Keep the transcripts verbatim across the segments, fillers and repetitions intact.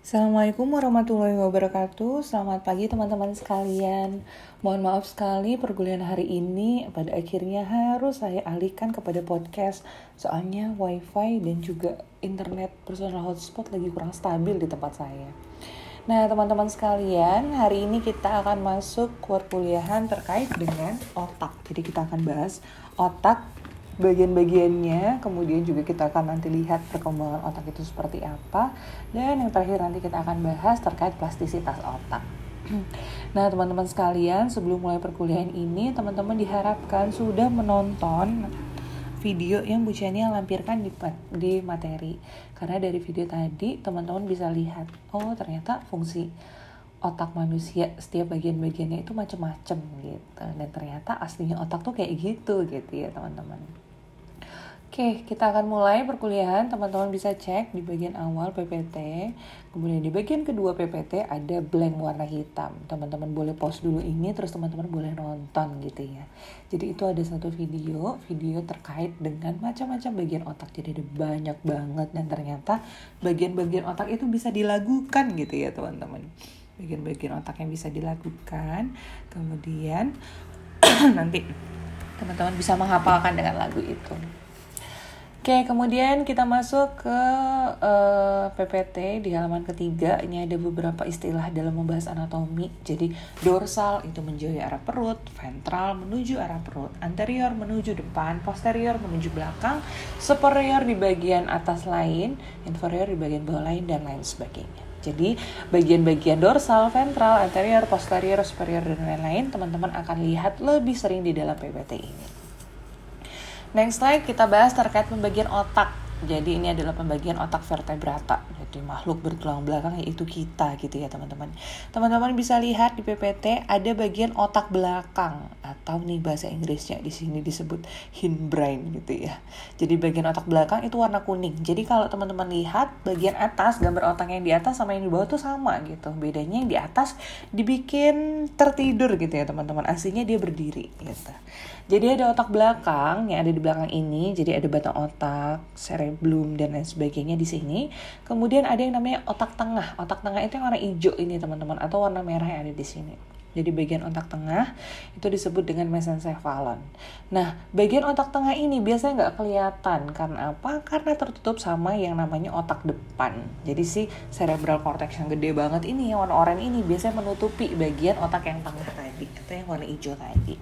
Assalamualaikum warahmatullahi wabarakatuh. Selamat pagi teman-teman sekalian. Mohon maaf sekali perkuliahan hari ini pada akhirnya harus saya alihkan kepada podcast. Soalnya wifi dan juga internet personal hotspot lagi kurang stabil di tempat saya. Nah teman-teman sekalian, hari ini kita akan masuk perkuliahan terkait dengan otak. Jadi kita akan bahas otak, bagian-bagiannya, kemudian juga kita akan nanti lihat perkembangan otak itu seperti apa, dan yang terakhir nanti kita akan bahas terkait plastisitas otak. Nah teman-teman sekalian, sebelum mulai perkuliahan ini, teman-teman diharapkan sudah menonton video yang Bu Chania lampirkan di, di materi, karena dari video tadi teman-teman bisa lihat, oh ternyata fungsi otak manusia setiap bagian-bagiannya itu macam-macam gitu, dan ternyata aslinya otak tuh kayak gitu gitu ya teman-teman. Oke, kita akan mulai perkuliahan. Teman-teman bisa cek di bagian awal P P T, kemudian di bagian kedua P P T ada blank warna hitam. Teman-teman boleh pause dulu ini, terus teman-teman boleh nonton gitu ya. Jadi itu ada satu video, video terkait dengan macam-macam bagian otak. Jadi ada banyak banget, dan ternyata bagian-bagian otak itu bisa dilagukan gitu ya teman-teman. Bagian-bagian otak yang bisa dilakukan, kemudian nanti teman-teman bisa menghafalkan dengan lagu itu. Oke, kemudian kita masuk ke uh, P P T di halaman ketiga. Ini ada beberapa istilah dalam membahas anatomi. Jadi dorsal itu menjauhi arah perut, ventral menuju arah perut, anterior menuju depan, posterior menuju belakang, superior di bagian atas lain, inferior di bagian bawah lain, dan lain sebagainya. Jadi bagian-bagian dorsal, ventral, anterior, posterior, superior, dan lain-lain teman-teman akan lihat lebih sering di dalam P P T ini. Next slide kita bahas terkait pembagian otak. Jadi ini adalah pembagian otak vertebrata. Jadi makhluk bertulang belakang yaitu kita gitu ya teman-teman. Teman-teman bisa lihat di P P T ada bagian otak belakang, atau nih bahasa Inggrisnya di sini disebut hindbrain gitu ya. Jadi bagian otak belakang itu warna kuning. Jadi kalau teman-teman lihat bagian atas, gambar otak yang di atas sama yang di bawah tuh sama gitu. Bedanya yang di atas dibikin tertidur gitu ya teman-teman. Aslinya dia berdiri gitu. Jadi ada otak belakang yang ada di belakang ini. Jadi ada batang otak, cerebellum, dan lain sebagainya di sini. Kemudian ada yang namanya otak tengah. Otak tengah itu yang warna hijau ini teman-teman, atau warna merah yang ada di sini. Jadi bagian otak tengah itu disebut dengan mesencephalon. Nah, bagian otak tengah ini biasanya nggak kelihatan. Karena apa? Karena tertutup sama yang namanya otak depan. Jadi si cerebral cortex yang gede banget ini, yang warna oranye ini, biasanya menutupi bagian otak yang tengah tadi, atau yang warna hijau tadi.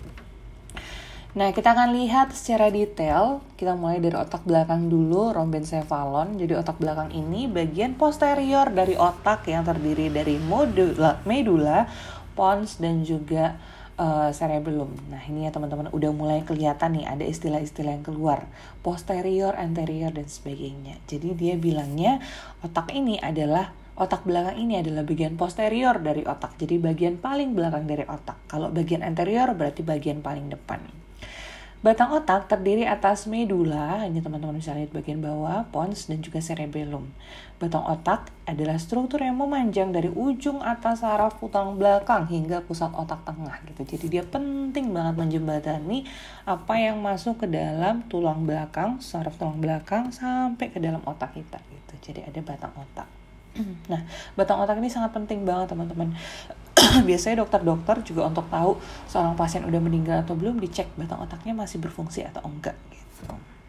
Nah, kita akan lihat secara detail. Kita mulai dari otak belakang dulu, rhombencephalon. Jadi otak belakang ini bagian posterior dari otak yang terdiri dari medula, medula pons, dan juga uh, cerebellum. Nah, ini ya teman-teman udah mulai kelihatan nih ada istilah-istilah yang keluar. Posterior, anterior, dan sebagainya. Jadi dia bilangnya otak ini adalah Otak belakang ini adalah bagian posterior dari otak. Jadi bagian paling belakang dari otak. Kalau bagian anterior berarti bagian paling depan. Batang otak terdiri atas medula, ini teman-teman bisa lihat bagian bawah, pons, dan juga cerebellum. Batang otak adalah struktur yang memanjang dari ujung atas saraf tulang belakang hingga pusat otak tengah gitu. Jadi dia penting banget menjembatani apa yang masuk ke dalam tulang belakang, saraf tulang belakang sampai ke dalam otak kita gitu. Jadi ada batang otak. Nah, batang otak ini sangat penting banget teman-teman. Biasanya dokter-dokter juga untuk tahu seorang pasien udah meninggal atau belum, dicek batang otaknya masih berfungsi atau enggak gitu.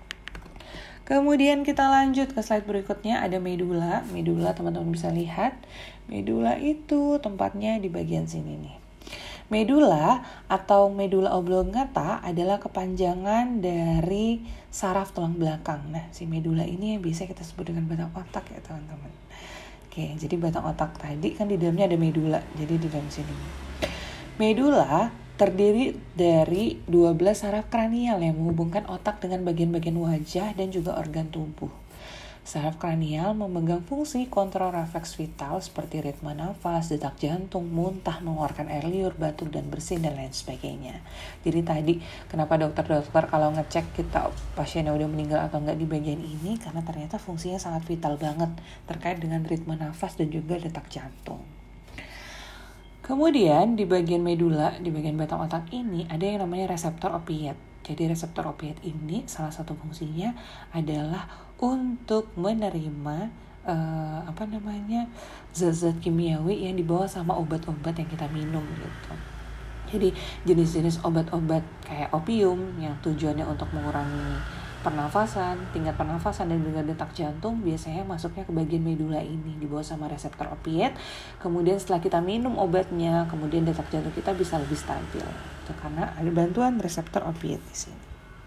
Kemudian kita lanjut ke slide berikutnya, ada medula. Medula teman-teman bisa lihat. Medula itu tempatnya di bagian sini nih. Medula atau medula oblongata adalah kepanjangan dari saraf tulang belakang. Nah, si medula ini yang biasa kita sebut dengan batang otak ya teman-teman. Oke, jadi batang otak tadi kan di dalamnya ada medula. Jadi di dalam sini. Medula terdiri dari dua belas saraf kranial yang menghubungkan otak dengan bagian-bagian wajah dan juga organ tubuh. Saraf kranial memegang fungsi kontrol refleks vital seperti ritme nafas, detak jantung, muntah, mengeluarkan air liur, batuk, dan bersin, dan lain sebagainya. Jadi tadi kenapa dokter-dokter kalau ngecek kita pasiennya udah meninggal atau enggak di bagian ini, karena ternyata fungsinya sangat vital banget terkait dengan ritme nafas dan juga detak jantung. Kemudian di bagian medula, di bagian batang otak ini ada yang namanya reseptor opiat. Jadi reseptor opiat ini salah satu fungsinya adalah untuk menerima uh, apa namanya zat-zat kimiawi yang dibawa sama obat-obat yang kita minum gitu. Jadi jenis-jenis obat-obat kayak opium yang tujuannya untuk mengurangi pernafasan, tingkat pernafasan dan juga detak jantung biasanya masuknya ke bagian medula ini, dibawa sama reseptor opiat. Kemudian setelah kita minum obatnya, kemudian detak jantung kita bisa lebih stabil. Itu karena ada bantuan reseptor opiat di sini.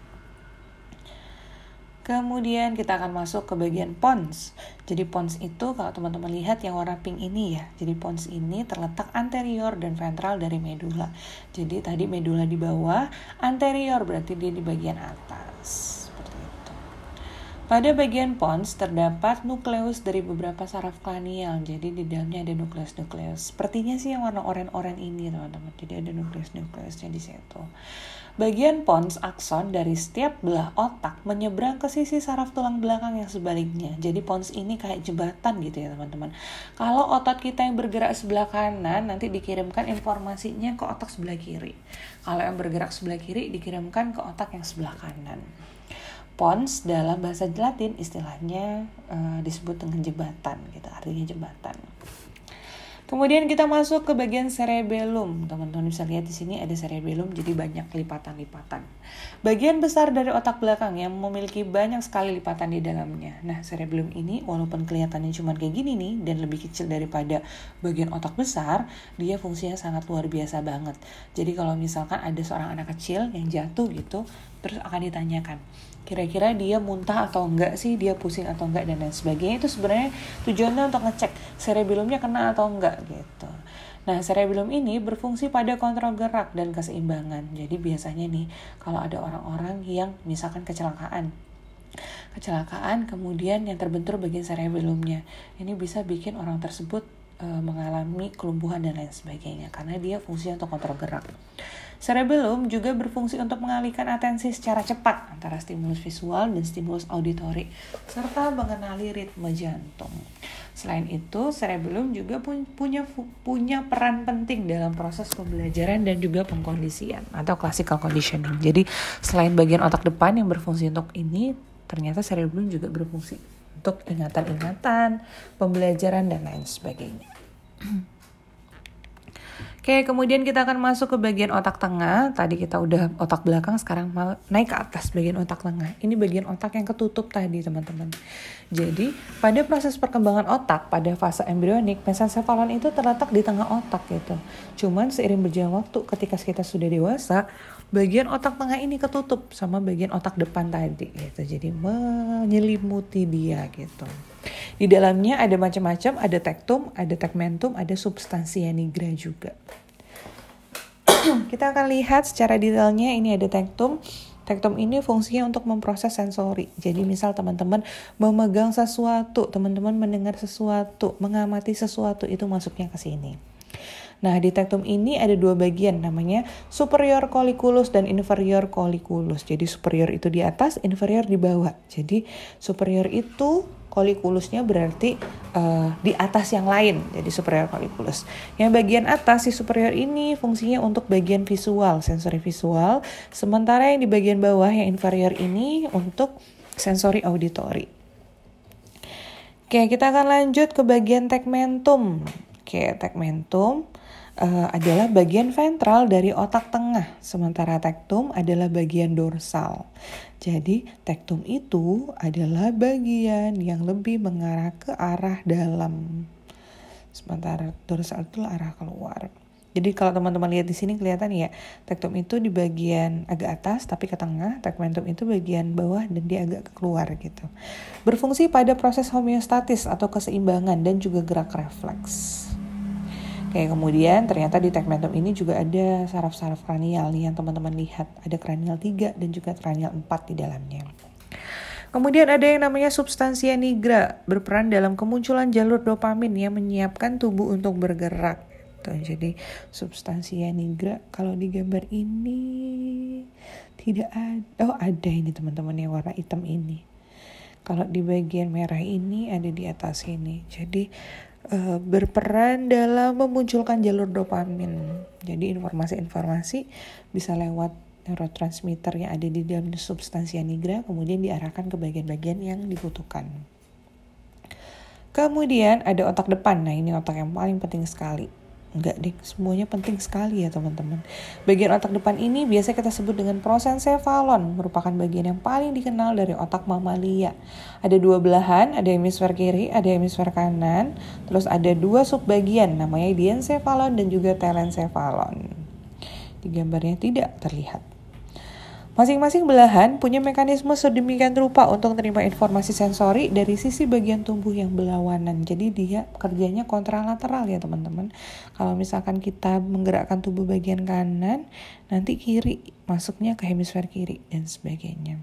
Kemudian kita akan masuk ke bagian pons. Jadi pons itu kalau teman-teman lihat yang warna pink ini ya. Jadi pons ini terletak anterior dan ventral dari medula. Jadi tadi medula di bawah, anterior berarti dia di bagian atas. Seperti itu. Pada bagian pons terdapat nukleus dari beberapa saraf kranial. Jadi di dalamnya ada nukleus-nukleus. Sepertinya sih yang warna oranye-oranye ini teman-teman. Jadi ada nukleus-nukleusnya di situ. Bagian pons akson dari setiap belah otak menyeberang ke sisi saraf tulang belakang yang sebaliknya. Jadi pons ini kayak jembatan gitu ya teman-teman. Kalau otot kita yang bergerak sebelah kanan nanti dikirimkan informasinya ke otak sebelah kiri. Kalau yang bergerak sebelah kiri dikirimkan ke otak yang sebelah kanan. Pons dalam bahasa Latin istilahnya uh, disebut dengan jembatan gitu, artinya jembatan. Kemudian kita masuk ke bagian cerebellum. Teman-teman bisa lihat di sini ada cerebellum, jadi banyak lipatan-lipatan. Bagian besar dari otak belakang yang memiliki banyak sekali lipatan di dalamnya. Nah, cerebellum ini walaupun kelihatannya cuma kayak gini nih dan lebih kecil daripada bagian otak besar, dia fungsinya sangat luar biasa banget. Jadi kalau misalkan ada seorang anak kecil yang jatuh gitu, terus akan ditanyakan, kira-kira dia muntah atau enggak sih, dia pusing atau enggak dan lain sebagainya. Itu sebenarnya tujuannya untuk ngecek cerebellumnya kena atau enggak gitu. Nah, cerebellum ini berfungsi pada kontrol gerak dan keseimbangan. Jadi biasanya nih kalau ada orang-orang yang misalkan kecelakaan kecelakaan kemudian yang terbentur bagian cerebellumnya, ini bisa bikin orang tersebut e, mengalami kelumpuhan dan lain sebagainya karena dia fungsinya untuk kontrol gerak. Cerebellum juga berfungsi untuk mengalihkan atensi secara cepat antara stimulus visual dan stimulus auditori, serta mengenali ritme jantung. Selain itu, cerebellum juga punya punya peran penting dalam proses pembelajaran dan juga pengkondisian atau classical conditioning. Jadi, selain bagian otak depan yang berfungsi untuk ini, ternyata cerebellum juga berfungsi untuk ingatan-ingatan, pembelajaran dan lain sebagainya. Oke, kemudian kita akan masuk ke bagian otak tengah. Tadi kita udah otak belakang, sekarang mau naik ke atas bagian otak tengah. Ini bagian otak yang ketutup tadi, teman-teman. Jadi, pada proses perkembangan otak pada fase embrionik, mesencephalon itu terletak di tengah otak gitu. Cuman seiring berjalan waktu, ketika kita sudah dewasa, bagian otak tengah ini ketutup sama bagian otak depan tadi gitu. Jadi menyelimuti dia gitu. Di dalamnya ada macam-macam, ada tektum, ada tegmentum, ada substansia nigra juga. Kita akan lihat secara detailnya. Ini ada tektum. Tektum ini fungsinya untuk memproses sensori. Jadi misal teman-teman memegang sesuatu, teman-teman mendengar sesuatu, mengamati sesuatu, itu masuknya ke sini. Nah, di tektum ini ada dua bagian, namanya superior colliculus dan inferior colliculus. Jadi superior itu di atas, inferior di bawah. Jadi superior itu colliculusnya berarti uh, di atas yang lain, jadi superior colliculus. Yang bagian atas si superior ini fungsinya untuk bagian visual, sensori visual, sementara yang di bagian bawah yang inferior ini untuk sensori auditori. Oke, kita akan lanjut ke bagian tegmentum. Oke, tegmentum uh, adalah bagian ventral dari otak tengah, sementara tektum adalah bagian dorsal. Jadi tektum itu adalah bagian yang lebih mengarah ke arah dalam, sementara dorsal itu arah keluar. Jadi kalau teman-teman lihat di sini kelihatan ya, tektum itu di bagian agak atas tapi ke tengah, tegmentum itu bagian bawah dan dia agak keluar gitu. Berfungsi pada proses homeostatis atau keseimbangan dan juga gerak refleks. Oke, kemudian ternyata di tegmentum ini juga ada saraf-saraf kranial nih yang teman-teman lihat. Ada kranial tiga dan juga kranial empat di dalamnya. Kemudian ada yang namanya substansia nigra, berperan dalam kemunculan jalur dopamin yang menyiapkan tubuh untuk bergerak. Tuh, jadi substansia nigra kalau di gambar ini tidak ada. Oh, ada ini teman-teman yang warna hitam ini. Kalau di bagian merah ini ada di atas ini. Jadi Uh, berperan dalam memunculkan jalur dopamin. Jadi informasi-informasi bisa lewat neurotransmitter yang ada di dalam substansia nigra kemudian diarahkan ke bagian-bagian yang dibutuhkan. Kemudian ada otak depan. Nah, ini otak yang paling penting sekali. Enggak deh, semuanya penting sekali ya teman-teman. Bagian otak depan ini biasa kita sebut dengan prosencephalon, merupakan bagian yang paling dikenal dari otak mamalia. Ada dua belahan, ada hemisfer kiri, ada hemisfer kanan, terus ada dua subbagian, namanya diencephalon dan juga telencephalon. Di gambarnya tidak terlihat. Masing-masing belahan punya mekanisme sedemikian rupa untuk menerima informasi sensori dari sisi bagian tubuh yang berlawanan. Jadi dia kerjanya kontralateral ya teman-teman. Kalau misalkan kita menggerakkan tubuh bagian kanan, nanti kiri masuknya ke hemisfer kiri dan sebagainya.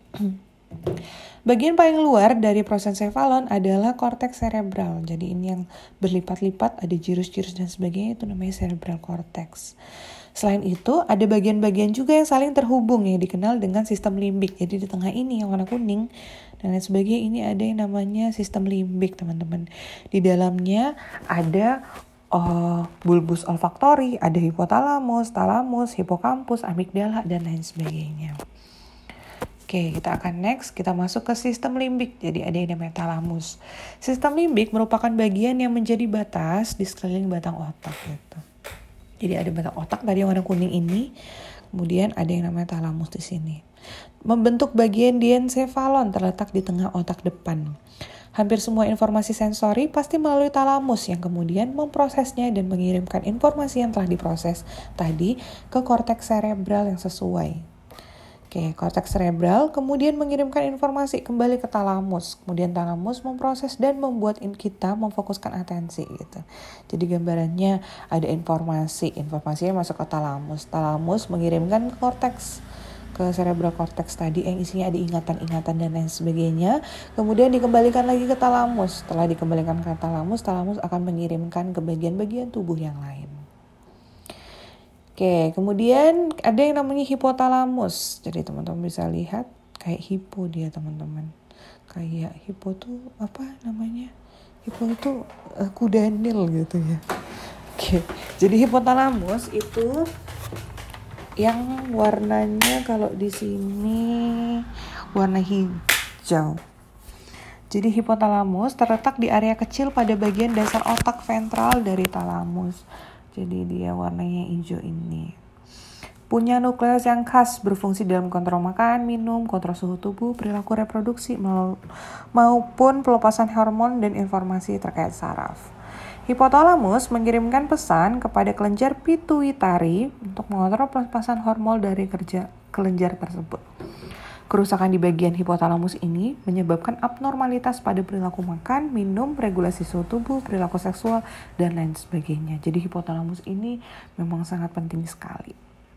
Bagian paling luar dari prosencephalon adalah korteks cerebral. Jadi ini yang berlipat-lipat, ada jirus-jirus dan sebagainya, itu namanya cerebral cortex. Selain itu, ada bagian-bagian juga yang saling terhubung yang dikenal dengan sistem limbik. Jadi di tengah ini yang warna kuning dan lain sebagainya, ini ada yang namanya sistem limbik, teman-teman. Di dalamnya ada uh, bulbus olfaktori, ada hipotalamus, talamus, hipokampus, amigdala, dan lain sebagainya. Oke, kita akan next, kita masuk ke sistem limbik. Jadi ada yang namanya talamus. Sistem limbik merupakan bagian yang menjadi batas di sekeliling batang otak gitu. Jadi ada batang otak tadi yang warna kuning ini, kemudian ada yang namanya talamus di sini. Membentuk bagian diencephalon terletak di tengah otak depan. Hampir semua informasi sensori pasti melalui talamus yang kemudian memprosesnya dan mengirimkan informasi yang telah diproses tadi ke korteks cerebral yang sesuai. Oke, korteks cerebral kemudian mengirimkan informasi kembali ke talamus. Kemudian talamus memproses dan membuat kita memfokuskan atensi gitu. Jadi gambarannya ada informasi, informasinya masuk ke talamus. Talamus mengirimkan ke korteks, ke cerebral cortex tadi yang isinya ada ingatan-ingatan dan lain sebagainya. Kemudian dikembalikan lagi ke talamus. Setelah dikembalikan ke talamus, talamus akan mengirimkan ke bagian-bagian tubuh yang lain. Oke, kemudian ada yang namanya hipotalamus. Jadi teman-teman bisa lihat kayak hipo dia teman-teman. Kayak hipo tuh apa namanya? Hipo itu uh, kuda nil gitu ya. Oke, jadi hipotalamus itu yang warnanya kalau di sini warna hijau. Jadi hipotalamus terletak di area kecil pada bagian dasar otak ventral dari talamus. Jadi dia warnanya hijau ini. Punya nukleus yang khas berfungsi dalam kontrol makan, minum, kontrol suhu tubuh, perilaku reproduksi, maupun pelepasan hormon dan informasi terkait saraf. Hipotalamus mengirimkan pesan kepada kelenjar pituitari untuk mengontrol pelepasan hormon dari kerja kelenjar tersebut. Kerusakan di bagian hipotalamus ini menyebabkan abnormalitas pada perilaku makan, minum, regulasi suhu tubuh, perilaku seksual, dan lain sebagainya. Jadi hipotalamus ini memang sangat penting sekali.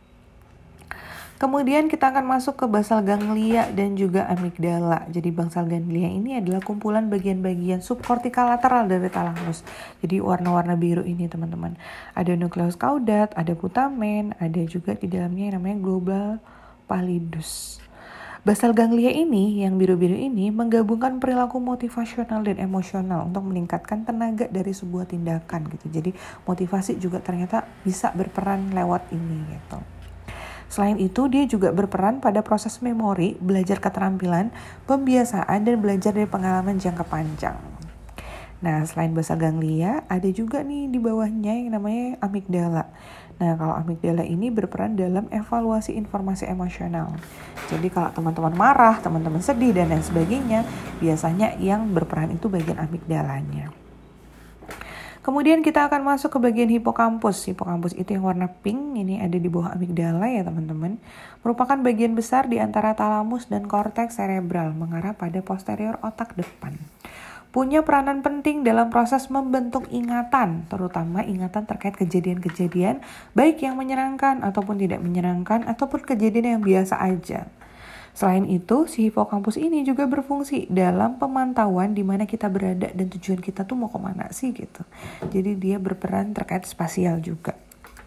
Kemudian kita akan masuk ke basal ganglia dan juga amigdala. Jadi basal ganglia ini adalah kumpulan bagian-bagian subkortikal lateral dari talamus. Jadi warna-warna biru ini teman-teman. Ada nukleus kaudat, ada putamen, ada juga di dalamnya yang namanya global pallidus. Basal ganglia ini, yang biru-biru ini, menggabungkan perilaku motivasional dan emosional untuk meningkatkan tenaga dari sebuah tindakan gitu. Jadi motivasi juga ternyata bisa berperan lewat ini gitu. Selain itu, dia juga berperan pada proses memori, belajar keterampilan, pembiasaan, dan belajar dari pengalaman jangka panjang. Nah, selain basal ganglia, ada juga nih di bawahnya yang namanya amigdala. Nah, kalau amigdala ini berperan dalam evaluasi informasi emosional. Jadi kalau teman-teman marah, teman-teman sedih, dan lain sebagainya, biasanya yang berperan itu bagian amigdalanya. Kemudian kita akan masuk ke bagian hipokampus. Hipokampus itu yang warna pink, ini ada di bawah amigdala ya teman-teman. Merupakan bagian besar di antara talamus dan korteks cerebral, mengarah pada posterior otak depan. Punya peranan penting dalam proses membentuk ingatan, terutama ingatan terkait kejadian-kejadian baik yang menyenangkan ataupun tidak menyenangkan ataupun kejadian yang biasa aja. Selain itu, si hipokampus ini juga berfungsi dalam pemantauan di mana kita berada dan tujuan kita tuh mau kemana sih gitu. Jadi dia berperan terkait spasial juga.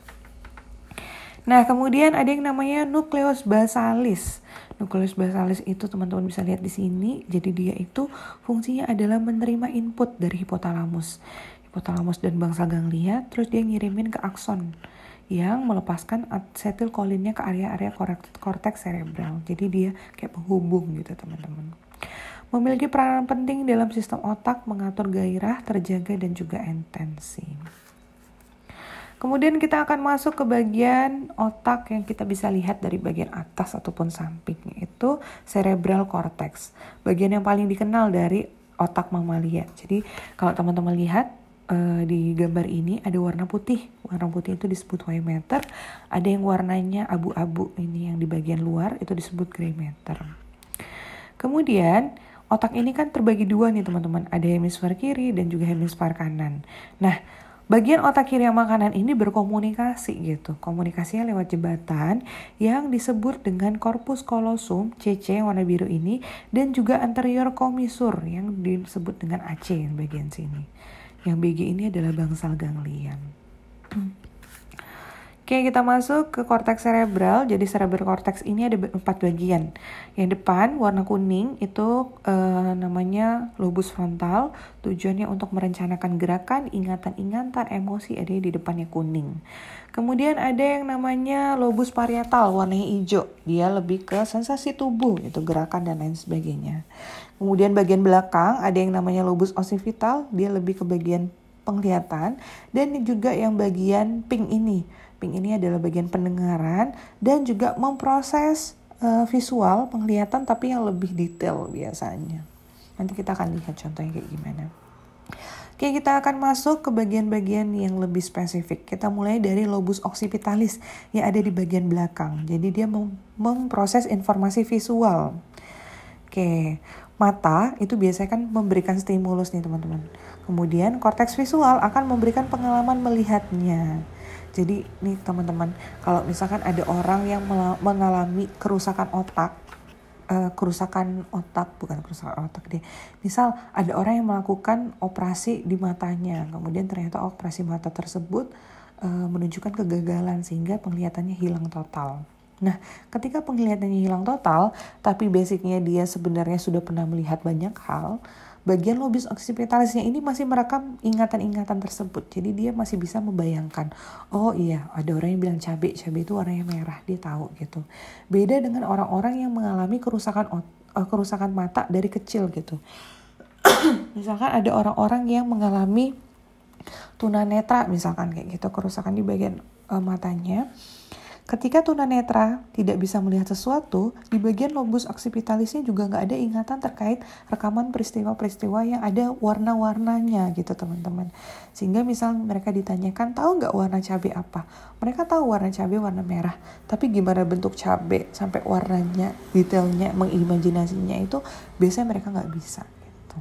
Nah, kemudian ada yang namanya nukleus basalis. Nukleus basalis itu teman-teman bisa lihat di sini. Jadi dia itu fungsinya adalah menerima input dari hipotalamus. Hipotalamus dan basal ganglia, terus dia ngirimin ke akson yang melepaskan asetilkolinnya ke area-area korteks cerebral. Jadi dia kayak penghubung gitu teman-teman. Memiliki peranan penting dalam sistem otak, mengatur gairah, terjaga, dan juga intensi. Kemudian kita akan masuk ke bagian otak yang kita bisa lihat dari bagian atas ataupun samping, yaitu cerebral cortex. Bagian yang paling dikenal dari otak mamalia. Jadi kalau teman-teman lihat uh, di gambar ini ada warna putih. Warna putih itu disebut white matter. Ada yang warnanya abu-abu, ini yang di bagian luar itu disebut gray matter. Kemudian otak ini kan terbagi dua nih teman-teman. Ada hemisfer kiri dan juga hemisfer kanan. Nah, bagian otak kiri yang kanan ini berkomunikasi gitu. Komunikasinya lewat jembatan yang disebut dengan corpus callosum, C C yang warna biru ini, dan juga anterior commissure yang disebut dengan A C yang bagian sini. Yang B G ini adalah bangsal ganglian. Oke, kita masuk ke korteks cerebral. Jadi cerebral cortex ini ada empat bagian. Yang depan warna kuning itu eh, namanya lobus frontal. Tujuannya untuk merencanakan gerakan, ingatan-ingatan, emosi, ada di depannya kuning. Kemudian ada yang namanya lobus parietal, warnanya hijau. Dia lebih ke sensasi tubuh, itu gerakan dan lain sebagainya. Kemudian bagian belakang ada yang namanya lobus occipital. Dia lebih ke bagian penglihatan. Dan juga yang bagian pink ini. Pink ini adalah bagian pendengaran dan juga memproses uh, visual, penglihatan, tapi yang lebih detail biasanya. Nanti kita akan lihat contohnya kayak gimana. Oke, kita akan masuk ke bagian-bagian yang lebih spesifik. Kita mulai dari lobus occipitalis yang ada di bagian belakang. Jadi dia mem- memproses informasi visual. Oke, mata itu biasanya kan memberikan stimulus nih teman-teman. Kemudian korteks visual akan memberikan pengalaman melihatnya. Jadi nih teman-teman, kalau misalkan ada orang yang mengalami kerusakan otak, uh, kerusakan otak, bukan kerusakan otak deh. Misal ada orang yang melakukan operasi di matanya, kemudian ternyata operasi mata tersebut uh, menunjukkan kegagalan sehingga penglihatannya hilang total. Nah, ketika penglihatannya hilang total, tapi basicnya dia sebenarnya sudah pernah melihat banyak hal, bagian lobus occipitalisnya ini masih merekam ingatan-ingatan tersebut. Jadi dia masih bisa membayangkan, oh iya ada orang yang bilang cabai, cabai itu warnanya merah, dia tahu gitu. Beda dengan orang-orang yang mengalami kerusakan uh, kerusakan mata dari kecil gitu. Misalkan ada orang-orang yang mengalami tunanetra misalkan kayak gitu, kerusakan di bagian uh, matanya. Ketika tunanetra tidak bisa melihat sesuatu, di bagian lobus occipitalisnya juga nggak ada ingatan terkait rekaman peristiwa-peristiwa yang ada warna-warnanya gitu teman-teman. Sehingga misal mereka ditanyakan, tahu nggak warna cabai apa? Mereka tahu warna cabai warna merah, tapi gimana bentuk cabai sampai warnanya, detailnya, mengimajinasinya itu biasanya mereka nggak bisa. Gitu.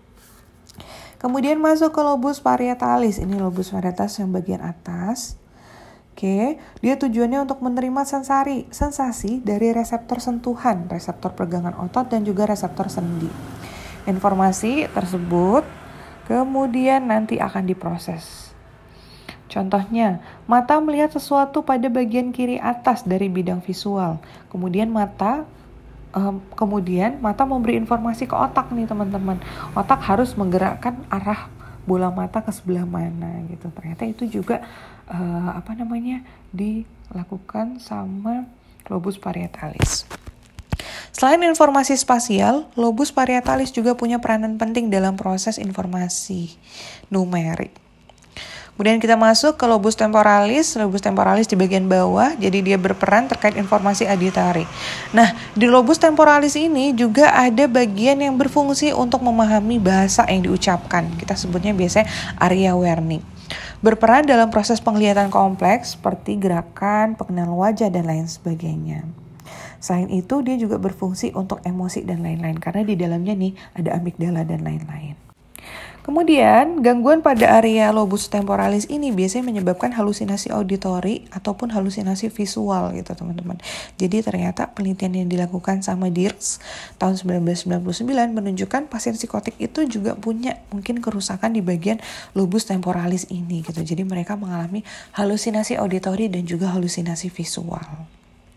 Kemudian masuk ke lobus parietalis, ini lobus parietalis yang bagian atas. Oke, dia tujuannya untuk menerima sensari, sensasi dari reseptor sentuhan, reseptor pegangan otot, dan juga reseptor sendi. Informasi tersebut kemudian nanti akan diproses. Contohnya, mata melihat sesuatu pada bagian kiri atas dari bidang visual. Kemudian mata um, kemudian mata memberi informasi ke otak nih teman-teman. Otak harus menggerakkan arah bola mata ke sebelah mana gitu. Ternyata itu juga uh, apa namanya dilakukan sama lobus parietalis. Selain informasi spasial, lobus parietalis juga punya peranan penting dalam proses informasi numerik. Kemudian kita masuk ke lobus temporalis. Lobus temporalis di bagian bawah, jadi dia berperan terkait informasi auditory. Nah, di lobus temporalis ini juga ada bagian yang berfungsi untuk memahami bahasa yang diucapkan. Kita sebutnya biasanya area Wernicke. Berperan dalam proses penglihatan kompleks seperti gerakan, pengenalan wajah, dan lain sebagainya. Selain itu, dia juga berfungsi untuk emosi dan lain-lain. Karena di dalamnya nih ada amigdala dan lain-lain. Kemudian, gangguan pada area lobus temporalis ini biasanya menyebabkan halusinasi auditori ataupun halusinasi visual gitu teman-teman. Jadi ternyata penelitian yang dilakukan sama Dirks tahun sembilan belas sembilan puluh sembilan menunjukkan pasien psikotik itu juga punya mungkin kerusakan di bagian lobus temporalis ini gitu. Jadi mereka mengalami halusinasi auditori dan juga halusinasi visual.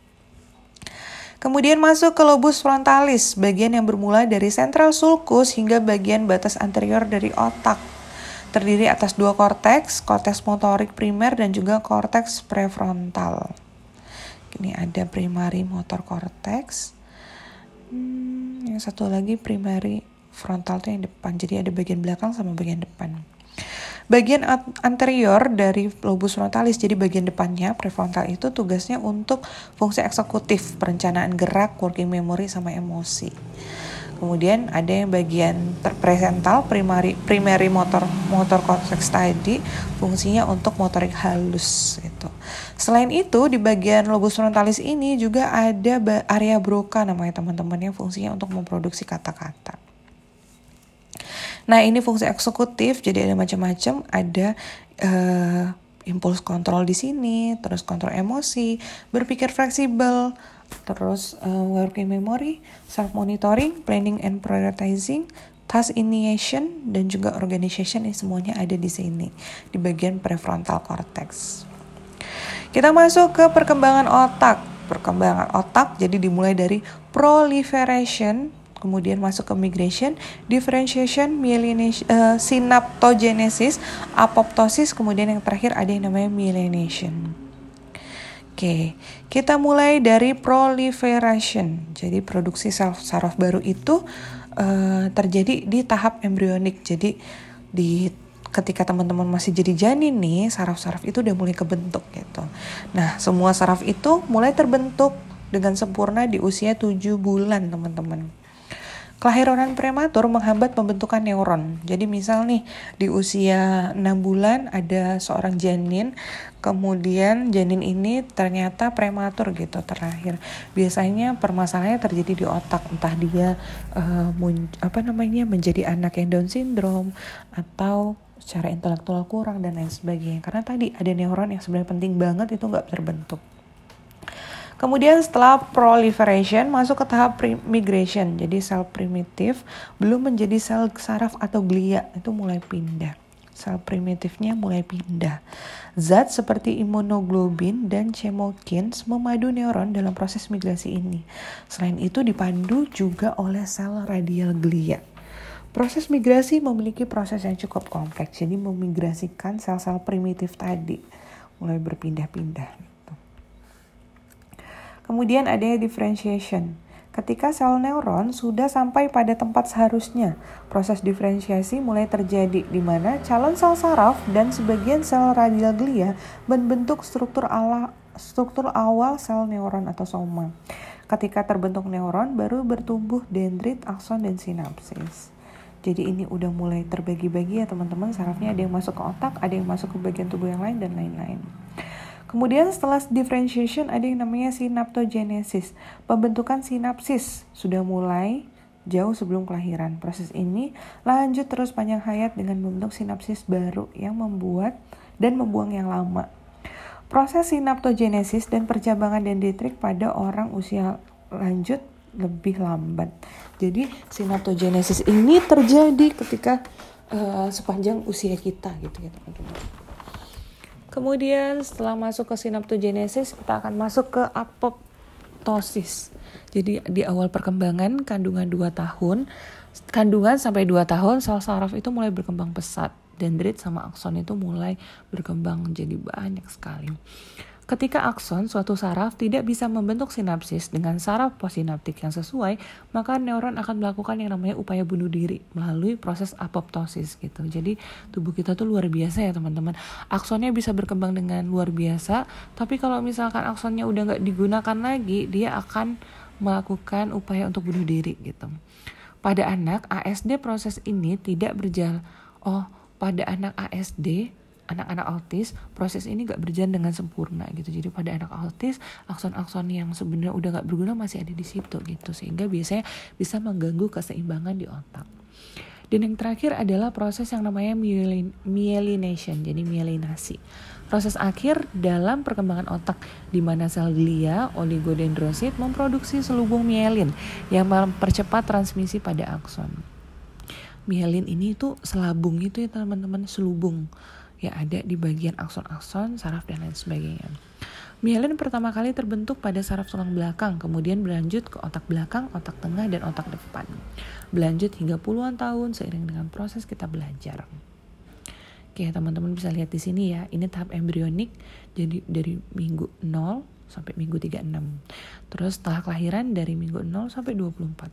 Kemudian masuk ke lobus frontalis, bagian yang bermula dari sentral sulcus hingga bagian batas anterior dari otak. Terdiri atas dua korteks, korteks motorik primer dan juga korteks prefrontal. Ini ada primary motor cortex. Hmm. yang satu lagi primary frontal tuh yang depan. Jadi ada bagian belakang sama bagian depan. Bagian anterior dari lobus frontalis, jadi bagian depannya prefrontal itu tugasnya untuk fungsi eksekutif, perencanaan gerak, working memory sama emosi. Kemudian ada yang bagian presental, primary primary motor motor cortex tadi, fungsinya untuk motorik halus gitu. Selain itu di bagian lobus frontalis ini juga ada area Broca namanya teman-teman, yang fungsinya untuk memproduksi kata-kata. Nah ini fungsi eksekutif, jadi ada macam-macam, ada uh, impuls kontrol di sini, terus kontrol emosi, berpikir fleksibel, terus uh, working memory, self monitoring, planning and prioritizing, task initiation, dan juga organization. Ini semuanya ada di sini di bagian prefrontal cortex. Kita masuk ke perkembangan otak. Perkembangan otak jadi dimulai dari proliferation, kemudian masuk ke migration, differentiation, myelination, uh, synaptogenesis, apoptosis, kemudian yang terakhir ada yang namanya myelination. Oke, kita mulai dari proliferation. Jadi produksi sel saraf baru itu uh, terjadi di tahap embrionik. Jadi di ketika teman-teman masih jadi janin nih, saraf-saraf itu udah mulai kebentuk gitu. Nah, semua saraf itu mulai terbentuk dengan sempurna di usia tujuh bulan, teman-teman. Kelahiran prematur menghambat pembentukan neuron. Jadi misal nih di usia enam bulan ada seorang janin, kemudian janin ini ternyata prematur gitu terlahir. Biasanya permasalahannya terjadi di otak, entah dia uh, mun, apa namanya menjadi anak yang Down syndrome atau secara intelektual kurang dan lain sebagainya. Karena tadi ada neuron yang sebenarnya penting banget itu nggak terbentuk. Kemudian setelah proliferation masuk ke tahap migration. Jadi sel primitif belum menjadi sel saraf atau glia, itu mulai pindah. Sel primitifnya mulai pindah. Zat seperti imunoglobin dan chemokins memadu neuron dalam proses migrasi ini. Selain itu dipandu juga oleh sel radial glia. Proses migrasi memiliki proses yang cukup kompleks. Jadi memigrasikan sel-sel primitif tadi mulai berpindah-pindah. Kemudian ada differentiation. Ketika sel neuron sudah sampai pada tempat seharusnya, proses diferensiasi mulai terjadi di mana calon sel saraf dan sebagian sel radial glia membentuk struktur ala, struktur awal sel neuron atau soma. Ketika terbentuk neuron, baru bertumbuh dendrit, akson, dan sinapsis. Jadi ini udah mulai terbagi-bagi ya teman-teman, sarafnya ada yang masuk ke otak, ada yang masuk ke bagian tubuh yang lain, dan lain-lain. Kemudian setelah differentiation ada yang namanya synaptogenesis. Pembentukan sinapsis sudah mulai jauh sebelum kelahiran. Proses ini lanjut terus panjang hayat dengan membentuk sinapsis baru yang membuat dan membuang yang lama. Proses synaptogenesis dan percabangan dendritrik pada orang usia lanjut lebih lambat. Jadi synaptogenesis ini terjadi ketika uh, sepanjang usia kita gitu ya teman-teman. Kemudian setelah masuk ke synaptogenesis, kita akan masuk ke apoptosis. Jadi di awal perkembangan kandungan dua tahun, kandungan sampai dua tahun sel saraf itu mulai berkembang pesat. Dendrit sama akson itu mulai berkembang jadi banyak sekali. Ketika akson suatu saraf tidak bisa membentuk sinapsis dengan saraf postsinaptik yang sesuai, maka neuron akan melakukan yang namanya upaya bunuh diri melalui proses apoptosis gitu. Jadi tubuh kita tuh luar biasa ya teman-teman. Aksonnya bisa berkembang dengan luar biasa, tapi kalau misalkan aksonnya udah nggak digunakan lagi, dia akan melakukan upaya untuk bunuh diri gitu. Pada anak A S D proses ini tidak berjalan. Oh, pada anak A S D anak-anak autis, proses ini gak berjalan dengan sempurna gitu. Jadi pada anak autis, akson-akson yang sebenarnya udah gak berguna masih ada di situ gitu. Sehingga biasanya bisa mengganggu keseimbangan di otak. Dan yang terakhir adalah proses yang namanya myelin, myelination, jadi myelinasi. Proses akhir dalam perkembangan otak, di mana sel glia, oligodendrosit memproduksi selubung myelin yang mempercepat transmisi pada akson. Myelin ini tuh selabung itu ya teman-teman, selubung. Ya ada di bagian akson-akson, saraf dan lain sebagainya. Myelin pertama kali terbentuk pada saraf tulang belakang, kemudian berlanjut ke otak belakang, otak tengah, dan otak depan. Berlanjut hingga puluhan tahun seiring dengan proses kita belajar. Oke, teman-teman bisa lihat di sini ya, ini tahap embrionik, jadi dari minggu nol sampai minggu tiga puluh enam. Terus setelah kelahiran dari minggu nol sampai dua puluh empat.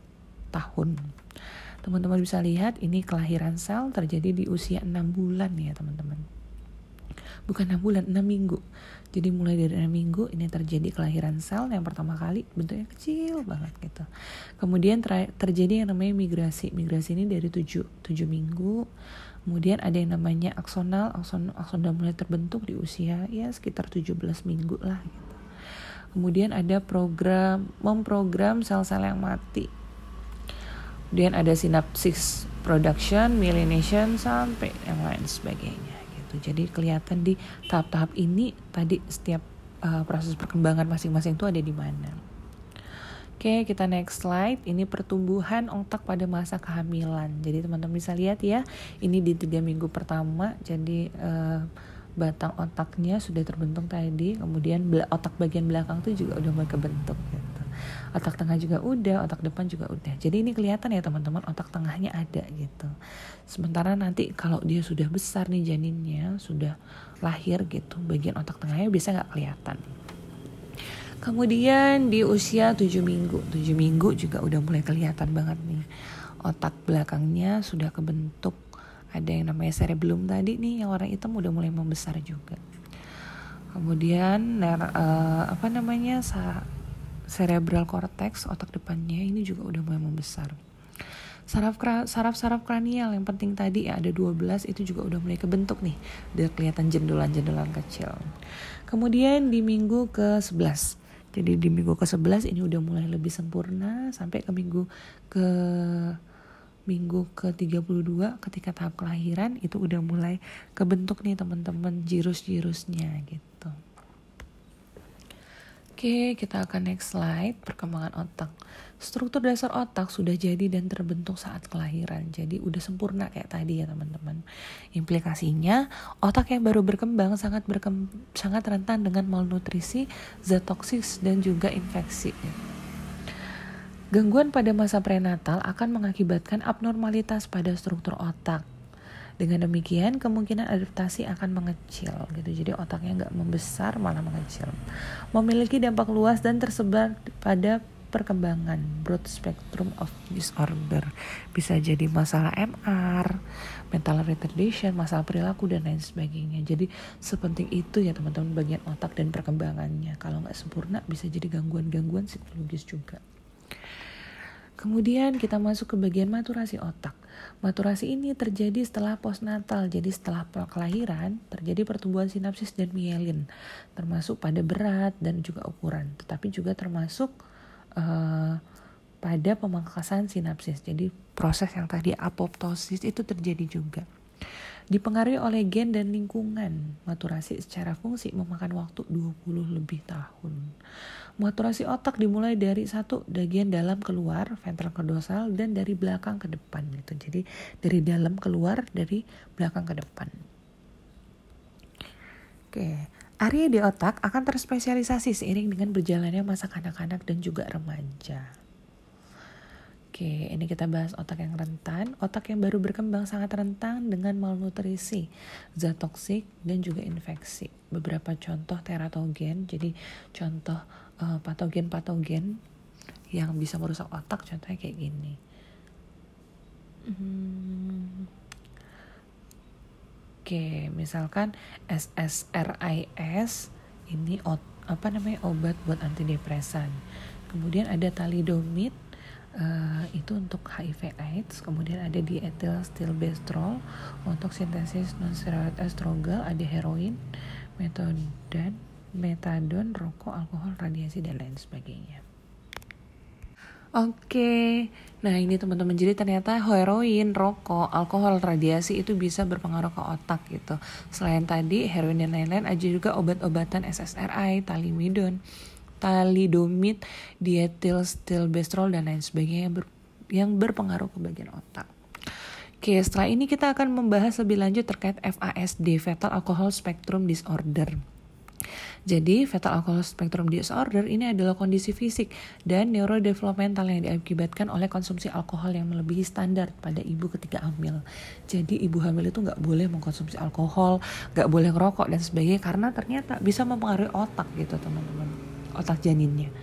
tahun. Teman-teman bisa lihat ini kelahiran sel terjadi di usia enam bulan ya teman-teman. Bukan enam bulan, enam minggu. Jadi mulai dari enam minggu ini terjadi kelahiran sel yang pertama kali bentuknya kecil banget gitu. Kemudian ter- terjadi yang namanya migrasi. Migrasi ini dari tujuh, tujuh minggu. Kemudian ada yang namanya aksonal. Akson, akson udah mulai terbentuk di usia ya sekitar tujuh belas minggu lah gitu. Kemudian ada program memprogram sel-sel yang mati. Kemudian ada sinapsis production, myelination sampai yang lain sebagainya. Jadi kelihatan di tahap-tahap ini tadi setiap uh, proses perkembangan masing-masing itu ada di mana. Oke, kita next slide. Ini pertumbuhan otak pada masa kehamilan. Jadi teman-teman bisa lihat ya, ini di tiga minggu pertama. Jadi uh, batang otaknya sudah terbentuk tadi. Kemudian otak bagian belakang tuh juga udah mulai kebentuk gitu. Otak tengah juga udah, otak depan juga udah. Jadi ini kelihatan ya teman-teman, otak tengahnya ada gitu. Sementara nanti kalau dia sudah besar nih janinnya, sudah lahir gitu, bagian otak tengahnya bisa gak kelihatan. Kemudian di usia tujuh minggu, tujuh minggu juga udah mulai kelihatan banget nih. Otak belakangnya sudah kebentuk. Ada yang namanya cerebellum tadi nih, yang warna hitam udah mulai membesar juga. Kemudian uh, apa namanya sa cerebral cortex, otak depannya ini juga udah mulai membesar. Saraf saraf-saraf kranial yang penting tadi ya ada dua belas itu juga udah mulai kebentuk nih. Udah kelihatan jendulan-jendulan kecil. Kemudian di minggu ke sebelas. Jadi di minggu ke sebelas ini udah mulai lebih sempurna sampai ke minggu ke minggu ke tiga puluh dua ketika tahap kelahiran itu udah mulai kebentuk nih teman-teman jirus-jirusnya gitu. Oke, kita akan next slide, perkembangan otak. Struktur dasar otak sudah jadi dan terbentuk saat kelahiran. Jadi udah sempurna kayak tadi ya teman-teman. Implikasinya, otak yang baru berkembang sangat berkem- sangat rentan dengan malnutrisi, zat toksik dan juga infeksi. Gangguan pada masa prenatal akan mengakibatkan abnormalitas pada struktur otak. Dengan demikian, kemungkinan adaptasi akan mengecil gitu. Jadi otaknya nggak membesar, malah mengecil. Memiliki dampak luas dan tersebar pada perkembangan broad spectrum of disorder. Bisa jadi masalah M R, mental retardation, masalah perilaku dan lain sebagainya. Jadi sepenting itu ya teman-teman bagian otak dan perkembangannya. Kalau nggak sempurna bisa jadi gangguan-gangguan psikologis juga. Kemudian kita masuk ke bagian maturasi otak. Maturasi ini terjadi setelah postnatal, jadi setelah kelahiran terjadi pertumbuhan sinapsis dan mielin, termasuk pada berat dan juga ukuran, tetapi juga termasuk uh, pada pemangkasan sinapsis. Jadi proses yang tadi apoptosis itu terjadi juga. Dipengaruhi oleh gen dan lingkungan, maturasi secara fungsi memakan waktu dua puluh lebih tahun. Maturasi otak dimulai dari satu bagian dalam keluar, ventral ke dorsal, dan dari belakang ke depan gitu. Jadi dari dalam keluar, dari belakang ke depan. Oke, area di otak akan terspesialisasi seiring dengan berjalannya masa kanak-kanak dan juga remaja. Oke, ini kita bahas otak yang rentan. Otak yang baru berkembang sangat rentan dengan malnutrisi, zat toksik, dan juga infeksi. Beberapa contoh teratogen, jadi contoh uh, patogen-patogen yang bisa merusak otak, contohnya kayak gini. Hmm. Oke, misalkan S S R I S, ini ot, apa namanya obat buat antidepresan. Kemudian ada thalidomid. Uh, itu untuk H I V AIDS. Kemudian ada diethylstilbestrol untuk sintesis non-steroid estrogen, ada heroin, metadon, metadon, rokok, alkohol, radiasi dan lain sebagainya. Oke, nah ini teman-teman, jadi ternyata heroin, rokok, alkohol, radiasi itu bisa berpengaruh ke otak gitu. Selain tadi heroin dan lain-lain, ada juga obat-obatan S S R I, thalidomid, thalidomid, diethylstilbestrol dan lain sebagainya yang, ber, yang berpengaruh ke bagian otak. Oke, setelah ini kita akan membahas lebih lanjut terkait F A S D, Fetal Alcohol Spectrum Disorder. Jadi, Fetal Alcohol Spectrum Disorder ini adalah kondisi fisik dan neurodevelopmental yang diakibatkan oleh konsumsi alkohol yang melebihi standar pada ibu ketika hamil. Jadi, ibu hamil itu nggak boleh mengkonsumsi alkohol, nggak boleh ngerokok dan sebagainya karena ternyata bisa mempengaruhi otak gitu teman-teman. Otak janinnya.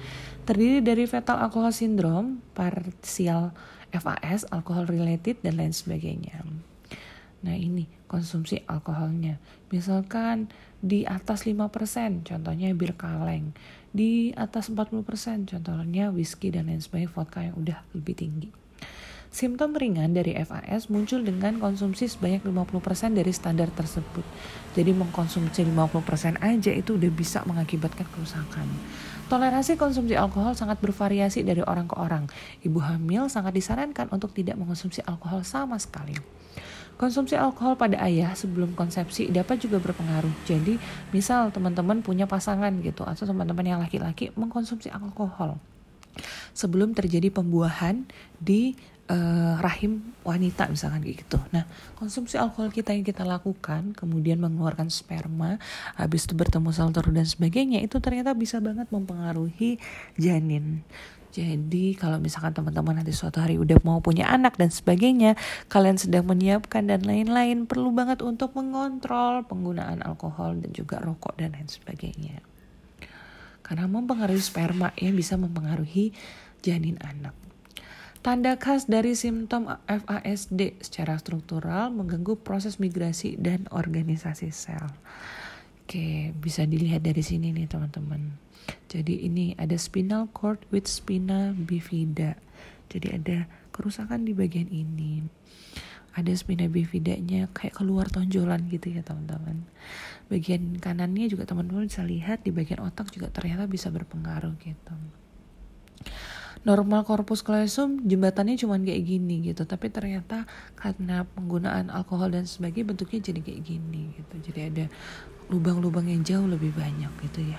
Terdiri dari fetal alcohol syndrome, partial F A S, alcohol related, dan lain sebagainya. Nah ini konsumsi alkoholnya. Misalkan di atas lima persen, contohnya bir kaleng. Di atas empat puluh persen, contohnya whisky dan lain sebagainya, vodka yang udah lebih tinggi. Simptom ringan dari F A S muncul dengan konsumsi sebanyak lima puluh persen dari standar tersebut. Jadi mengkonsumsi lima puluh persen aja itu udah bisa mengakibatkan kerusakan. Toleransi konsumsi alkohol sangat bervariasi dari orang ke orang. Ibu hamil sangat disarankan untuk tidak mengkonsumsi alkohol sama sekali. Konsumsi alkohol pada ayah sebelum konsepsi dapat juga berpengaruh. Jadi misal teman-teman punya pasangan gitu atau teman-teman yang laki-laki mengkonsumsi alkohol sebelum terjadi pembuahan di uh, rahim wanita misalkan gitu. Nah, konsumsi alkohol kita yang kita lakukan kemudian mengeluarkan sperma, habis itu bertemu sel telur dan sebagainya, itu ternyata bisa banget mempengaruhi janin. Jadi kalau misalkan teman-teman nanti suatu hari udah mau punya anak dan sebagainya, kalian sedang menyiapkan dan lain-lain, perlu banget untuk mengontrol penggunaan alkohol dan juga rokok dan lain sebagainya. Karena mempengaruhi sperma yang bisa mempengaruhi janin anak. Tanda khas dari simptom F A S D secara struktural mengganggu proses migrasi dan organisasi sel. Oke, bisa dilihat dari sini nih teman-teman. Jadi ini ada spinal cord with spina bifida. Jadi ada kerusakan di bagian ini. Ada spina bifidanya kayak keluar tonjolan gitu ya teman-teman. Bagian kanannya juga teman-teman bisa lihat di bagian otak juga ternyata bisa berpengaruh gitu. Normal corpus callosum jembatannya cuma kayak gini gitu, tapi ternyata karena penggunaan alkohol dan sebagainya bentuknya jadi kayak gini gitu. Jadi ada lubang-lubang yang jauh lebih banyak gitu ya.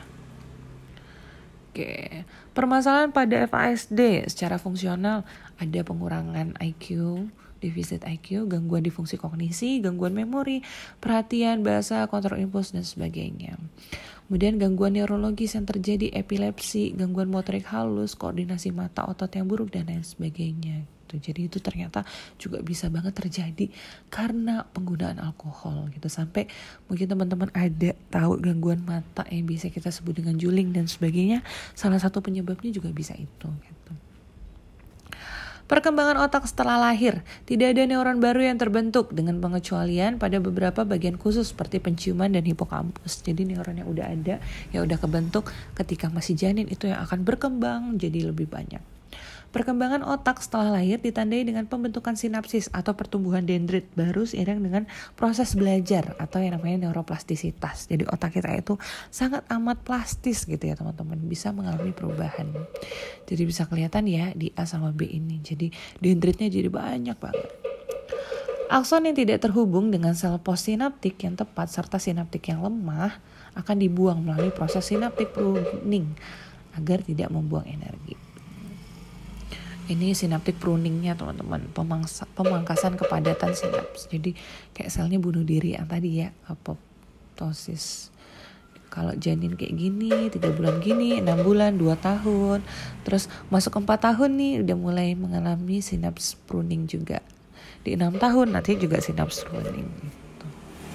Oke, permasalahan pada F A S D secara fungsional ada pengurangan I Q, defisit I Q, gangguan di fungsi kognisi, gangguan memori, perhatian, bahasa, kontrol impuls, dan sebagainya. Kemudian gangguan neurologis yang terjadi, epilepsi, gangguan motorik halus, koordinasi mata, otot yang buruk, dan lain sebagainya. Jadi itu ternyata juga bisa banget terjadi karena penggunaan alkohol gitu. Sampai mungkin teman-teman ada tahu gangguan mata yang bisa kita sebut dengan juling dan sebagainya. Salah satu penyebabnya juga bisa itu gitu. Perkembangan otak setelah lahir. Tidak ada neuron baru yang terbentuk dengan pengecualian pada beberapa bagian khusus seperti penciuman dan hipokampus. Jadi neuron yang udah ada, yang udah kebentuk ketika masih janin itu yang akan berkembang jadi lebih banyak. Perkembangan otak setelah lahir ditandai dengan pembentukan sinapsis atau pertumbuhan dendrit baru seiring dengan proses belajar atau yang namanya neuroplastisitas. Jadi otak kita itu sangat amat plastis gitu ya teman-teman, bisa mengalami perubahan. Jadi bisa kelihatan ya di A sama B ini. Jadi dendritnya jadi banyak banget. Akson yang tidak terhubung dengan sel postsinaptik yang tepat serta sinaptik yang lemah akan dibuang melalui proses sinaptik pruning agar tidak membuang energi. Ini sinaptik pruningnya teman-teman, pemangsa, pemangkasan kepadatan sinaps. Jadi kayak selnya bunuh diri yang tadi ya, apoptosis. Kalau janin kayak gini, tiga bulan gini, enam bulan, dua tahun. Terus masuk empat tahun nih udah mulai mengalami sinaps pruning juga. Di enam tahun nanti juga sinaps pruning. Gitu.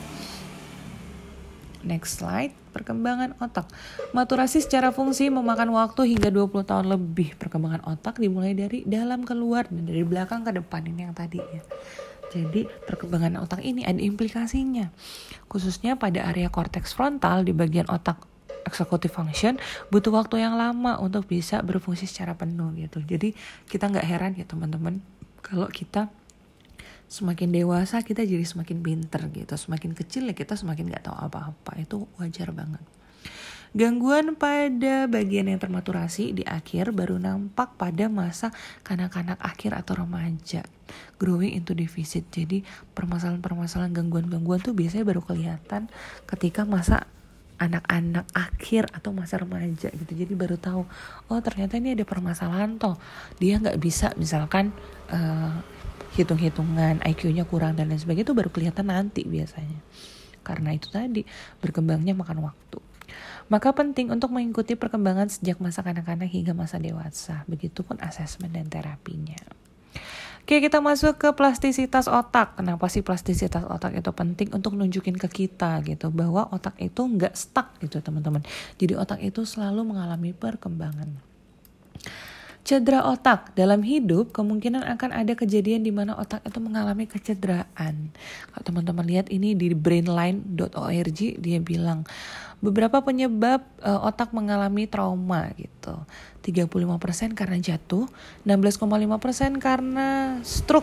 Next slide. Perkembangan otak. Maturasi secara fungsi memakan waktu hingga dua puluh tahun lebih. Perkembangan otak dimulai dari dalam keluar dan dari belakang ke depan, ini yang tadi ya. Jadi perkembangan otak ini ada implikasinya. Khususnya pada area korteks frontal di bagian otak executive function butuh waktu yang lama untuk bisa berfungsi secara penuh gitu. Jadi kita gak heran ya teman-teman kalau kita semakin dewasa kita jadi semakin pinter gitu. Semakin kecil ya kita semakin gak tahu apa-apa. Itu wajar banget. Gangguan pada bagian yang termaturasi di akhir baru nampak pada masa kanak-kanak akhir atau remaja. Growing into deficit. Jadi permasalahan-permasalahan gangguan-gangguan tuh biasanya baru kelihatan ketika masa anak-anak akhir atau masa remaja gitu. Jadi baru tahu, oh ternyata ini ada permasalahan toh. Dia gak bisa misalkan Uh, hitung-hitungan, I Q-nya kurang dan lain sebagainya, itu baru kelihatan nanti biasanya. Karena itu tadi, berkembangnya makan waktu. Maka penting untuk mengikuti perkembangan sejak masa kanak-kanak hingga masa dewasa. Begitupun asesmen dan terapinya. Oke, kita masuk ke plastisitas otak. Kenapa sih plastisitas otak itu penting? Untuk nunjukin ke kita gitu, bahwa otak itu nggak stuck gitu teman-teman. Jadi otak itu selalu mengalami perkembangan. Cedera otak. Dalam hidup kemungkinan akan ada kejadian di mana otak itu mengalami kecederaan. Kalau teman-teman lihat ini di brainline dot org, dia bilang beberapa penyebab uh, otak mengalami trauma gitu. tiga puluh lima persen karena jatuh, enam belas koma lima persen karena stroke.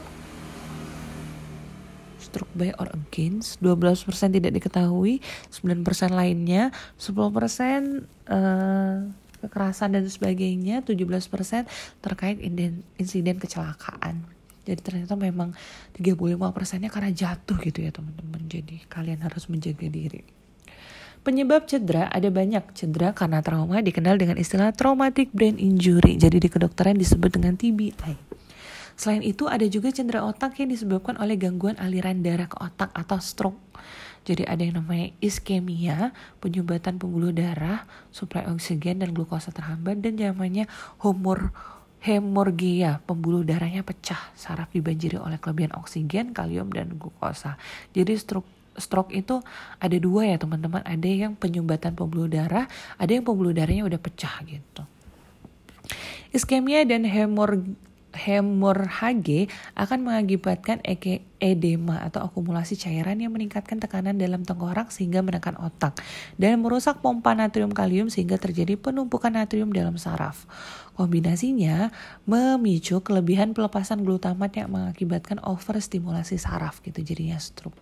Stroke by or against, dua belas persen tidak diketahui, sembilan persen lainnya, sepuluh persen uh, kekerasan dan sebagainya, tujuh belas persen terkait insiden kecelakaan. Jadi ternyata memang tiga puluh lima persennya karena jatuh gitu ya teman-teman. Jadi kalian harus menjaga diri. Penyebab cedera ada banyak. Cedera karena trauma dikenal dengan istilah traumatic brain injury. Jadi di kedokteran disebut dengan T B I. Selain itu ada juga cedera otak yang disebabkan oleh gangguan aliran darah ke otak atau stroke. Jadi ada yang namanya iskemia, penyumbatan pembuluh darah, suplai oksigen dan glukosa terhambat, dan namanya homor hemorgia, pembuluh darahnya pecah, saraf dibanjiri oleh kelebihan oksigen, kalium dan glukosa. Jadi stroke stroke itu ada dua ya teman-teman, ada yang penyumbatan pembuluh darah, ada yang pembuluh darahnya udah pecah gitu. Iskemia dan hemor hemorhage akan mengakibatkan edema atau akumulasi cairan yang meningkatkan tekanan dalam tengkorak sehingga menekan otak dan merusak pompa natrium kalium sehingga terjadi penumpukan natrium dalam saraf. Kombinasinya memicu kelebihan pelepasan glutamat yang mengakibatkan overstimulasi saraf gitu, jadinya stroke.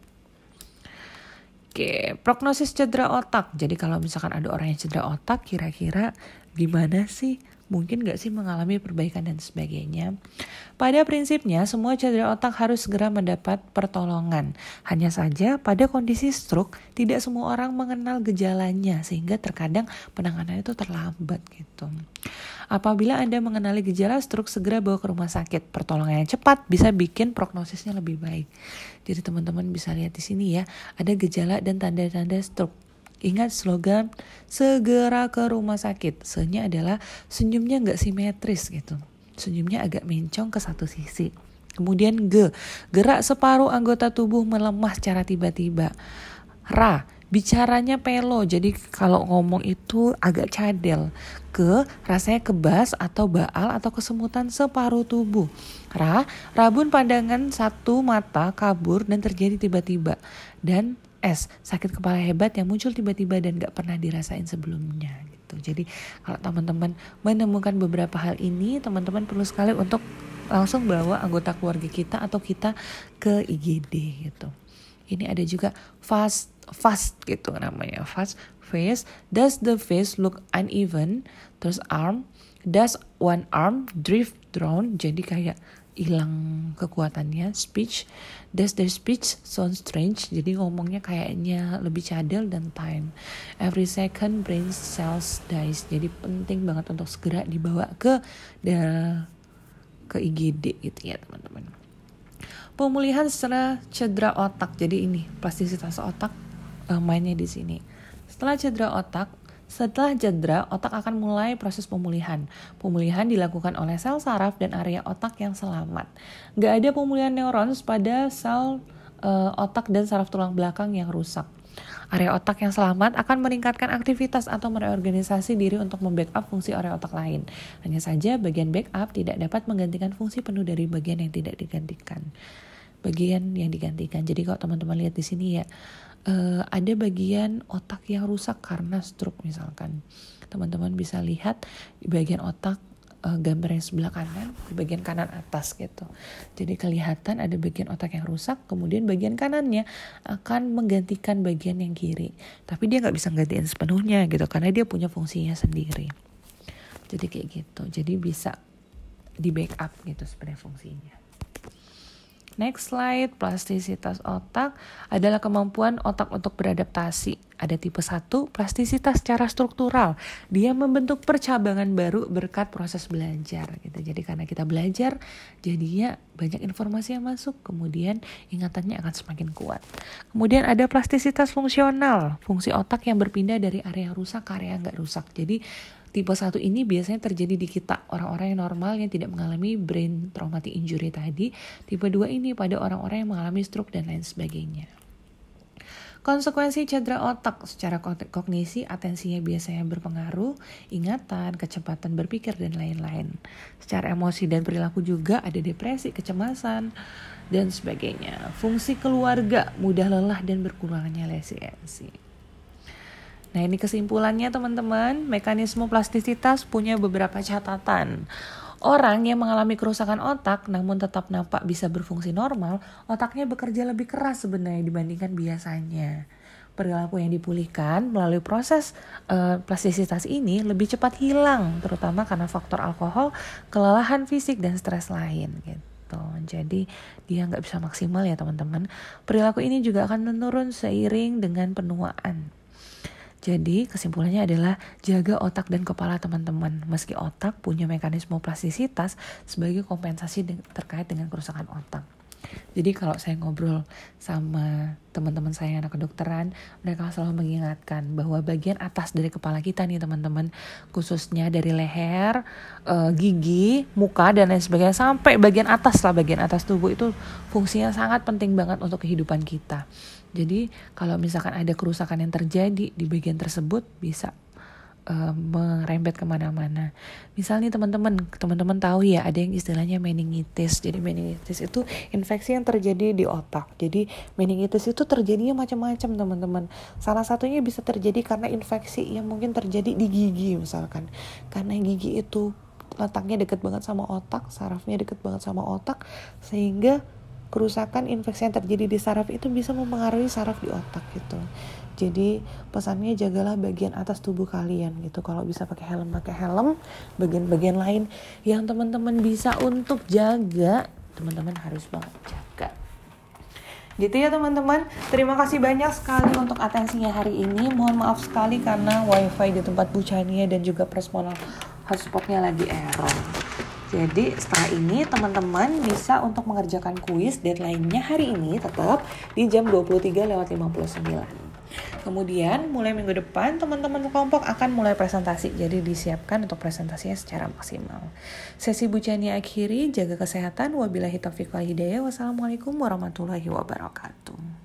Oke, prognosis cedera otak. Jadi kalau misalkan ada orang yang cedera otak, kira-kira gimana sih? Mungkin gak sih mengalami perbaikan dan sebagainya? Pada prinsipnya, semua cedera otak harus segera mendapat pertolongan. Hanya saja, pada kondisi stroke, tidak semua orang mengenal gejalanya, sehingga terkadang penanganan itu terlambat gitu. Apabila Anda mengenali gejala stroke, segera bawa ke rumah sakit. Pertolongan yang cepat bisa bikin prognosisnya lebih baik. Jadi teman-teman bisa lihat di sini ya, ada gejala dan tanda-tanda stroke. Ingat slogan, segera ke rumah sakit. Se-nya adalah senyumnya gak simetris gitu. Senyumnya agak mencong ke satu sisi. Kemudian G, gerak separuh anggota tubuh melemah secara tiba-tiba. Ra, bicaranya pelo, jadi kalau ngomong itu agak cadel. Ke, rasanya kebas atau baal atau kesemutan separuh tubuh. Ra, rabun pandangan satu mata kabur dan terjadi tiba-tiba. Dan S, sakit kepala hebat yang muncul tiba-tiba dan gak pernah dirasain sebelumnya gitu. Jadi kalau teman-teman menemukan beberapa hal ini, teman-teman perlu sekali untuk langsung bawa anggota keluarga kita atau kita ke I G D gitu. Ini ada juga fast fast gitu namanya, fast face. Does the face look uneven? Terus arm, does one arm drift down? Jadi kayak hilang kekuatannya. Speech, does the speech sound strange? Jadi ngomongnya kayaknya lebih cadel dan time. Every second brain cells dies. Jadi penting banget untuk segera dibawa ke ke I G D gitu ya teman-teman. Pemulihan setelah cedera otak. Jadi ini plastisitas otak uh, mainnya di sini. Setelah cedera otak, setelah cedera, otak akan mulai proses pemulihan. Pemulihan dilakukan oleh sel saraf dan area otak yang selamat. Gak ada pemulihan neuron pada sel uh, otak dan saraf tulang belakang yang rusak. Area otak yang selamat akan meningkatkan aktivitas atau mereorganisasi diri untuk membackup fungsi area otak lain. Hanya saja bagian backup tidak dapat menggantikan fungsi penuh dari bagian yang tidak digantikan. Bagian yang digantikan. Jadi kalau teman-teman lihat di sini ya, Uh, ada bagian otak yang rusak karena stroke misalkan. Teman-teman bisa lihat di bagian otak uh, gambar yang sebelah kanan, di bagian kanan atas gitu. Jadi kelihatan ada bagian otak yang rusak, kemudian bagian kanannya akan menggantikan bagian yang kiri. Tapi dia nggak bisa gantiin sepenuhnya gitu, karena dia punya fungsinya sendiri. Jadi kayak gitu. Jadi bisa di backup gitu sebenarnya fungsinya. Next slide, plastisitas otak adalah kemampuan otak untuk beradaptasi. Ada tipe satu, plastisitas secara struktural. Dia membentuk percabangan baru berkat proses belajar. Gitu. Jadi karena kita belajar, jadinya banyak informasi yang masuk, kemudian ingatannya akan semakin kuat. Kemudian ada plastisitas fungsional, fungsi otak yang berpindah dari area rusak ke area nggak rusak. Jadi tipe satu ini biasanya terjadi di kita, orang-orang yang normal yang tidak mengalami brain traumatic injury tadi. Tipe dua ini pada orang-orang yang mengalami stroke dan lain sebagainya. Konsekuensi cedera otak secara kognisi, atensinya biasanya berpengaruh, ingatan, kecepatan berpikir, dan lain-lain. Secara emosi dan perilaku juga ada depresi, kecemasan, dan sebagainya. Fungsi keluarga, mudah lelah dan berkurangnya resiliensi. Nah, ini kesimpulannya teman-teman, mekanisme plastisitas punya beberapa catatan. Orang yang mengalami kerusakan otak namun tetap nampak bisa berfungsi normal, otaknya bekerja lebih keras sebenarnya dibandingkan biasanya. Perilaku yang dipulihkan melalui proses uh, plastisitas ini lebih cepat hilang, terutama karena faktor alkohol, kelelahan fisik, dan stres lain gitu. Jadi dia nggak bisa maksimal ya teman-teman. Perilaku ini juga akan menurun seiring dengan penuaan. Jadi kesimpulannya adalah jaga otak dan kepala teman-teman. Meski otak punya mekanisme plastisitas sebagai kompensasi de- terkait dengan kerusakan otak. Jadi kalau saya ngobrol sama teman-teman saya anak kedokteran, mereka selalu mengingatkan bahwa bagian atas dari kepala kita nih teman-teman, khususnya dari leher, e, gigi, muka, dan lain sebagainya, sampai bagian atas lah, bagian atas tubuh itu fungsinya sangat penting banget untuk kehidupan kita. Jadi kalau misalkan ada kerusakan yang terjadi di bagian tersebut bisa uh, merembet kemana-mana. Misalnya teman-teman, teman-teman tahu ya ada yang istilahnya meningitis. Jadi meningitis itu infeksi yang terjadi di otak. Jadi meningitis itu terjadinya macam-macam teman-teman. Salah satunya bisa terjadi karena infeksi yang mungkin terjadi di gigi misalkan. Karena gigi itu letaknya dekat banget sama otak, sarafnya dekat banget sama otak, sehingga kerusakan infeksi yang terjadi di saraf itu bisa mempengaruhi saraf di otak gitu. Jadi pesannya jagalah bagian atas tubuh kalian gitu. Kalau bisa pakai helm, pakai helm. Bagian-bagian lain yang teman-teman bisa untuk jaga, teman-teman harus banget jaga. Gitu ya teman-teman. Terima kasih banyak sekali untuk atensinya hari ini. Mohon maaf sekali karena wifi di tempat Bu Chania dan juga personal hotspotnya lagi error. Jadi setelah ini teman-teman bisa untuk mengerjakan kuis, deadline-nya hari ini tetap di jam dua puluh tiga lewat lima puluh sembilan. Kemudian mulai minggu depan teman-teman kelompok akan mulai presentasi. Jadi disiapkan untuk presentasinya secara maksimal. Sesi Bu Chania akhiri, jaga kesehatan. Wabillahi taufiq wal hidayah. Wassalamualaikum warahmatullahi wabarakatuh.